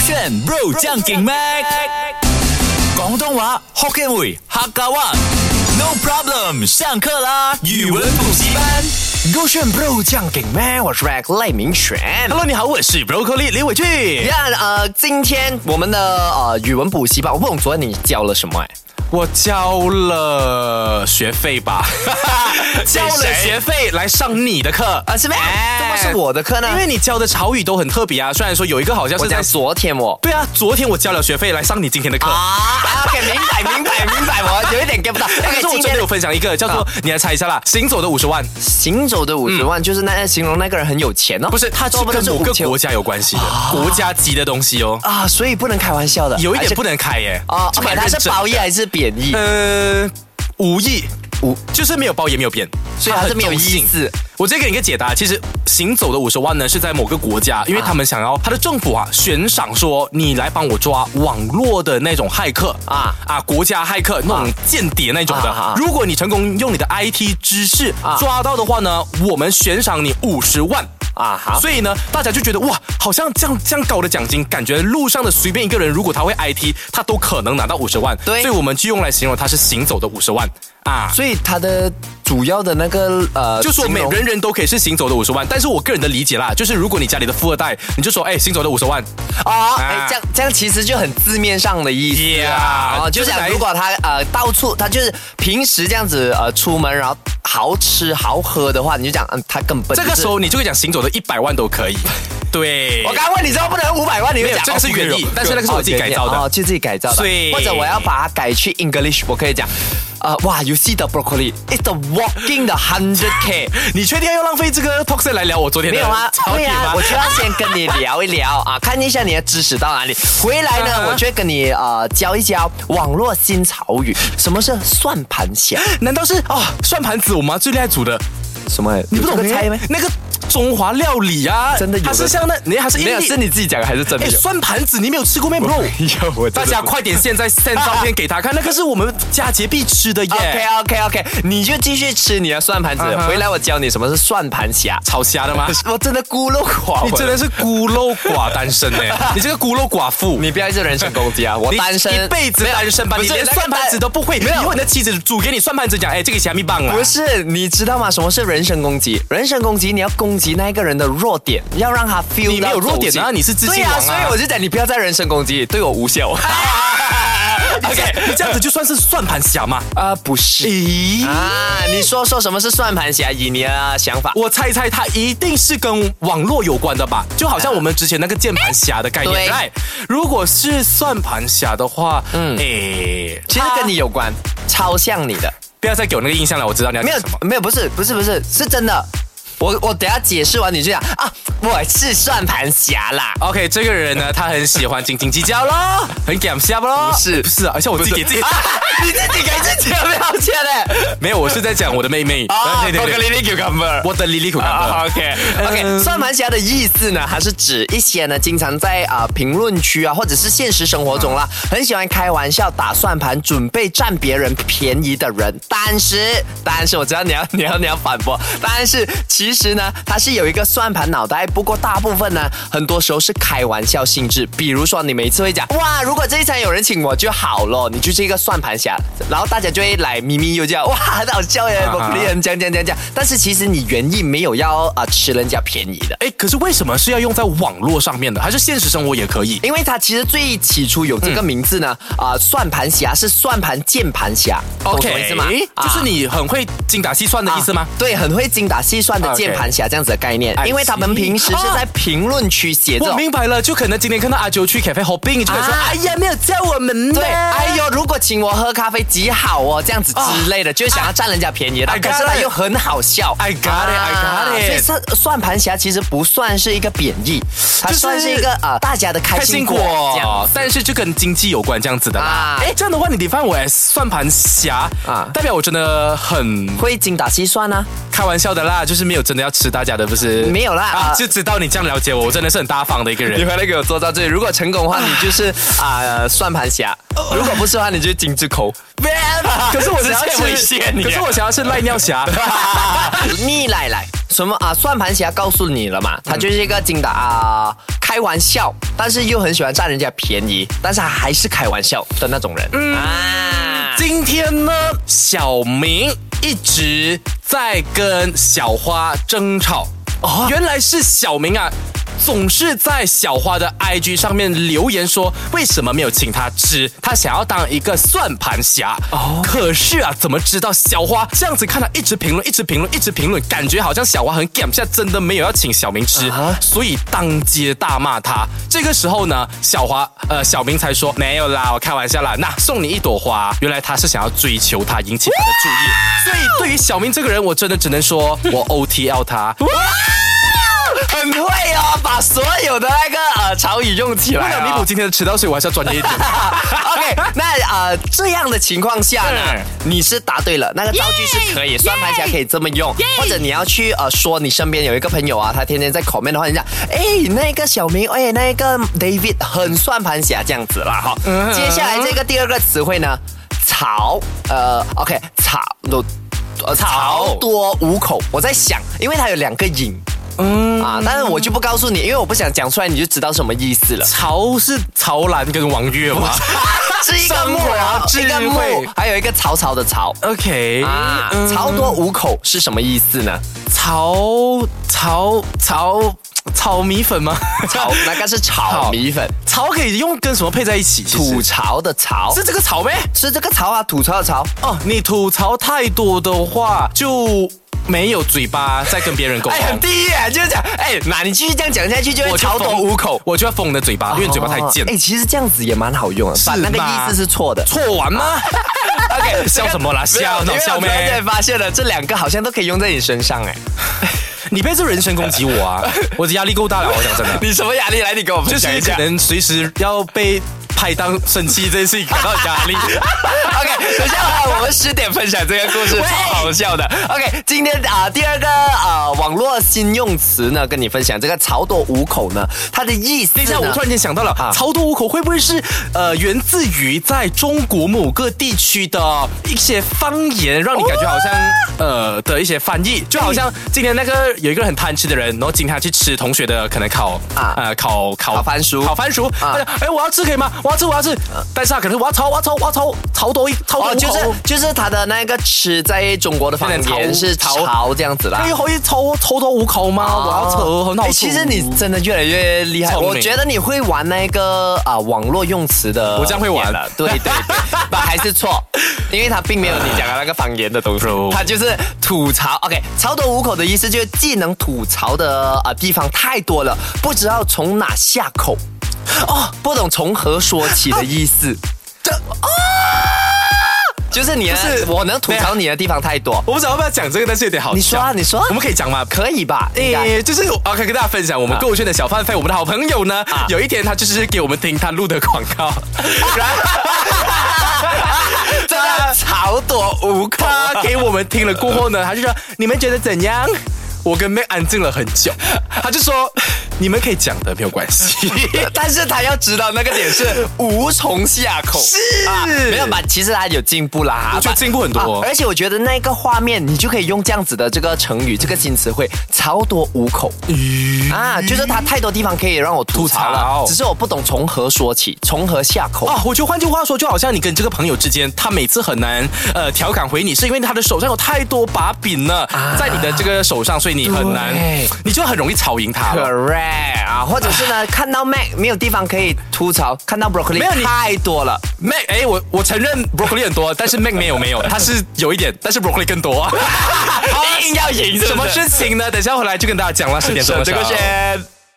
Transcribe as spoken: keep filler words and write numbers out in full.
选 Bro 將勁 Mac 廣東話 Hokkien 會客家話 No problem 上課啦語文補習班勾选 Bro 酱给麦，我是 Rack 赖明选。 Hello， 你好，我是 Broccoli 李伟俊。 呀，呃，今天我们的呃语文补习班，我不懂昨天你教了什么哎。 我交了学费吧，交了学费来上你的课啊？是吗？怎么是我的课呢？ 因为你教的潮语都很特别啊。虽然说有一个好像是在昨天我， 对啊，昨天我交了学费来上你今天的课啊。OK， 明白明白明白，我有一点 get 不到。 但是我昨天有分享一个叫做，你来猜一下啦，行走的五十万。 行走的五十万就是那形容那个人很有钱哦。 不是，它是跟某个国家有关系的，国家级的东西哦。 啊，所以不能开玩笑的， 有一点不能开耶。 啊 ，OK， 它是褒义还是贬义？ 呃，无意。无就是没有褒也没有贬， 所以它是没有意思。 我直接给你一个解答，其实行走的五十万呢是在某个国家，因为他们想要他的政府啊悬赏说你来帮我抓网络的那种骇客啊啊国家骇客那种间谍那种的，啊啊、如果你成功用你的 I T 知识抓到的话呢，我们悬赏你五十万。啊哈！所以呢，大家就觉得哇，好像这样这样高的奖金，感觉路上的随便一个人，如果他会 I T， 他都可能拿到五十万。对，所以我们就用来形容他是行走的五十万啊。 所以他的主要的那个呃， 就说每人人都可以是行走的五十万，但是我个人的理解啦，就是如果你家里的富二代，你就说哎，行走的五十万啊，哎、啊，这样这样其实就很字面上的意思 yeah, 啊，哦，就是如果他呃到处他就是平时这样子呃出门，然后豪吃豪喝的话，你就讲嗯，他根本、就是、 这个时候你就会讲行走的一百万都可以。对， 我刚刚问你之后不能五百万，你会讲这个是原意，但是那个是我自己改造的， 哦，就自己改造的。对，或者我要把它改去 English， 我可以讲。呃，哇 ，You see the broccoli, it's the walking the hundred k。 你确定要浪费这个 talk 来聊我昨天的？ 没有啊，对啊，我就要先跟你聊一聊啊，看一下你的知识到哪里。回来呢，uh-huh. 我就会跟你呃教一教网络新潮语，什么是算盘侠？ 难道是哦算盘子我妈最厉害煮的？ 什么？ 你不懂猜吗？那个中华料理啊， 真的有的， 它是像那，你还是没有是你自己讲的还是真的有？ 算盘子你没有吃过没 ，bro？ 有， 大家快点现在 send 照片给他看，那个是我们佳节必吃的耶。 OK OK OK， 你就继续吃你的算盘子， uh-huh. 回来我教你什么是算盘侠， 炒虾的吗？ 我真的孤陋寡闻， 你真的是孤陋寡单身哎，你这个孤陋寡妇， 你不要一直人身攻击啊！我单身一辈子单身吧，你连算盘子都不会，以后你的妻子煮给你算盘子讲，哎，这个虾米棒啊？ 不是，你知道吗？什么是人身攻击？人身攻击，你要攻击那个人的弱点，要让他 feel 到你没有弱点啊，你是自信王啊， 对啊，所以我就讲你不要再人身攻击，对我无效。 OK， 你这样子就算是算盘侠吗？ 啊、呃，不是。咦啊，你说说什么是算盘侠？以你的想法， 我猜猜它一定是跟网络有关的吧？就好像我们之前那个键盘侠的概念。对，哎，如果是算盘侠的话，嗯，哎， 其实跟你有关，超像你的。 不要再给我那个印象了，我知道你要讲什么。 没有，没有，不是，不是，不是，是真的。我我等一下解释完你就讲啊，我是算盘侠啦。 OK， 这个人呢，他很喜欢斤斤计较咯，很搞笑咯。 不是不是啊，而且我自己给自己， 啊、你自己给自己有没有钱嘞？ 没有，我是在讲我的妹妹。 啊，对对对，我的 Lily Cucumber， 我的 Lily Cucumber。 OK OK， 算盘侠的意思呢，它是指一些呢，经常在啊、呃、评论区啊，或者是现实生活中啦，很喜欢开玩笑、打算盘、准备占别人便宜的人。但是，但是我知道你要你要你要反驳，但是其实呢，它是有一个算盘脑袋，不过大部分呢，很多时候是开玩笑性质。比如说，你每次会讲哇，如果这一餐有人请我就好了，你就是一个算盘侠，然后大家就会来咪咪又叫哇，很好笑耶，我可以很讲讲讲讲。但是其实你原意没有要啊、呃、吃人家便宜的。 哎，可是为什么是要用在网络上面的，还是现实生活也可以？ 因为它其实最起初有这个名字呢，啊、嗯呃，算盘侠是算盘键盘侠 ，OK， 懂什么意思吗？ 就是你很会精打细算的意思吗？ 啊、对，很会精打细算的键盘侠这样子的概念。因为他们平时是在评论区写这种、 啊，我明白了，就可能今天看到阿九去 cafe hopping， 就会说、啊、哎呀没有叫我们， 对，哎呦，如果请我喝咖啡极好哦，这样子之类的，就是想要占人家便宜的，可是他又很好笑 ，I got it，I got it，、啊、 所以算算盘侠其实不算是一个贬义，它算是一个啊、呃、大家的开心果，这样， 但是就跟经济有关这样子的啦。哎、啊，这样的话你 define 我as算盘侠啊，代表我真的很会精打细算啊， 开玩笑的啦，就是没有真的要吃大家的，不是？ 没有啦。 啊，就知道你这样了解我，我真的是很大方的一个人。 你回来给我做到这里，如果成功的话，你就是啊、呃、算盘侠；如果不是的话，你就是金枝抠。 可是我想要吃，可是我想要是赖尿侠。 你来来。 什么啊？算盘侠告诉你了嘛，他就是一个精打啊、呃，开玩笑，但是又很喜欢占人家便宜，但是他还是开玩笑的那种人。嗯啊， 今天呢，小明一直在跟小花争吵。哦，原来是小明啊。总是在小花的 I G 上面留言说，为什么没有请他吃？他想要当一个算盘侠。哦，可是啊，怎么知道小花这样子看他一直评论，一直评论，一直评论，感觉好像小花很 gam 下，真的没有要请小明吃，啊、所以当街大骂他。这个时候呢，小花呃小明才说没有啦，我开玩笑啦，那送你一朵花。原来他是想要追求他，引起他的注意。所以对于小明这个人，我真的只能说我 O T L 他。 很会哦，把所有的那个呃潮语用起来、哦。为了弥补今天的迟到，所以我还是要专业一点。 OK， 那呃这样的情况下呢，你是答对了，那个造句是可以，算盘侠可以这么用，或者你要去呃说你身边有一个朋友啊，他天天在 comment 的话，你讲，哎，那个小明，哎，那个 David 很算盘侠这样子啦哈。嗯、接下来这个第二个词汇呢，潮，呃 ，OK， 潮，呃，潮多五口。我在想，因为它有两个音。嗯啊，但是我就不告诉你，因为我不想讲出来，你就知道什么意思了。 曹是曹兰跟王月吗？ 是一个木啊，一个木，还有一个曹操的曹。 OK 啊，嗯、潮多五口是什么意思呢？ 曹曹曹炒米粉吗？ 炒那个是炒米粉， 炒可以用跟什么配在一起？ 吐槽的槽是这个槽呗？ 是这个槽啊，吐槽的槽。 哦，你吐槽太多的话就。没有嘴巴在跟别人沟通， 哎，很低耶，就是讲，哎，那你继续这样讲下去，就会潮多五口， 我就要封你的嘴巴，因为你嘴巴太贱。 哎，其实这样子也蛮好用的，把那个意思是错的， 错完吗 ？OK， 笑什么啦？笑闹笑咩？ 我才发现了，这两个好像都可以用在你身上，哎。 你别这人身攻击我啊！我的压力够大了，我讲真的。 你什么压力？来，你跟我分享一下。 就是可能随时要被拍档生气这件事情感到压力。 OK， 等一下我们十点分享这个故事，超好笑的。OK， 今天啊、呃、第二个啊、呃、网络新用词呢，跟你分享这个潮多五口呢，它的意思。 等一下，我突然间想到了，啊、潮多五口会不会是呃源自于在中国某个地区的一些方言，让你感觉好像、哦、呃的一些翻译，就好像今天那个有一个人很贪吃的人，然后今天他去吃同学的可能烤啊呃烤烤烤番薯， 烤番薯，啊、哎我要吃可以吗？我要吃，我要吃，呃、但是他可能我要炒，我要炒，我要炒，炒多一，炒多五口、哦、 就是就是他的那个吃在中国的方言是炒这样子啦。 可以可以炒炒多五口吗？哦、我要吃，很好吃。 其实你真的越来越厉害，我觉得你会玩那个啊、呃、网络用词的， 我这样会玩了。对对对，但还是错，因为他并没有你讲的那个方言的东西，他就是吐槽。OK， 潮多五口的意思就是既能吐槽的啊、呃、地方太多了，不知道从哪下口。哦，不懂从何说起的意思。这啊，就是你，就是我能吐槽你的地方太多。 我不知道要不要讲这个，但是有点好笑。 你说啊，你说， 我们可以讲吗？ 可以吧？ 诶，就是 OK， 跟大家分享我们购物圈的小范飞，我们的好朋友呢，啊、有一天他就是给我们听他录的广告，然后真的潮多五口。 他给我们听了过后呢，他就说：“你们觉得怎样？”我跟 Mac 安静了很久，他就说：“你们可以讲的，没有关系。” 但是他要知道那个点是无从下口， 是、啊、 没有吧？其实他有进步啦， 我觉得进步很多、 啊。而且我觉得那个画面，你就可以用这样子的这个成语，这个新词汇“潮多五口”啊，就是他太多地方可以让我吐槽了，只是我不懂从何说起，从何下口啊。我觉得换句话说，就好像你跟这个朋友之间，他每次很难呃调侃回你，是因为他的手上有太多把柄了，啊、在你的这个手上，所以你很难，你就很容易吵赢他。 Correct 啊，或者是呢，看到 Mac 没有地方可以吐槽，看到 Broccoli 没有太多了。 Mac 哎，我我承认 Broccoli 很多，但是 Mac 没有没有，他是有一点，但是 Broccoli 更多。 硬要赢， 什么事情呢？等一下回来就跟大家讲了，十点钟的时候。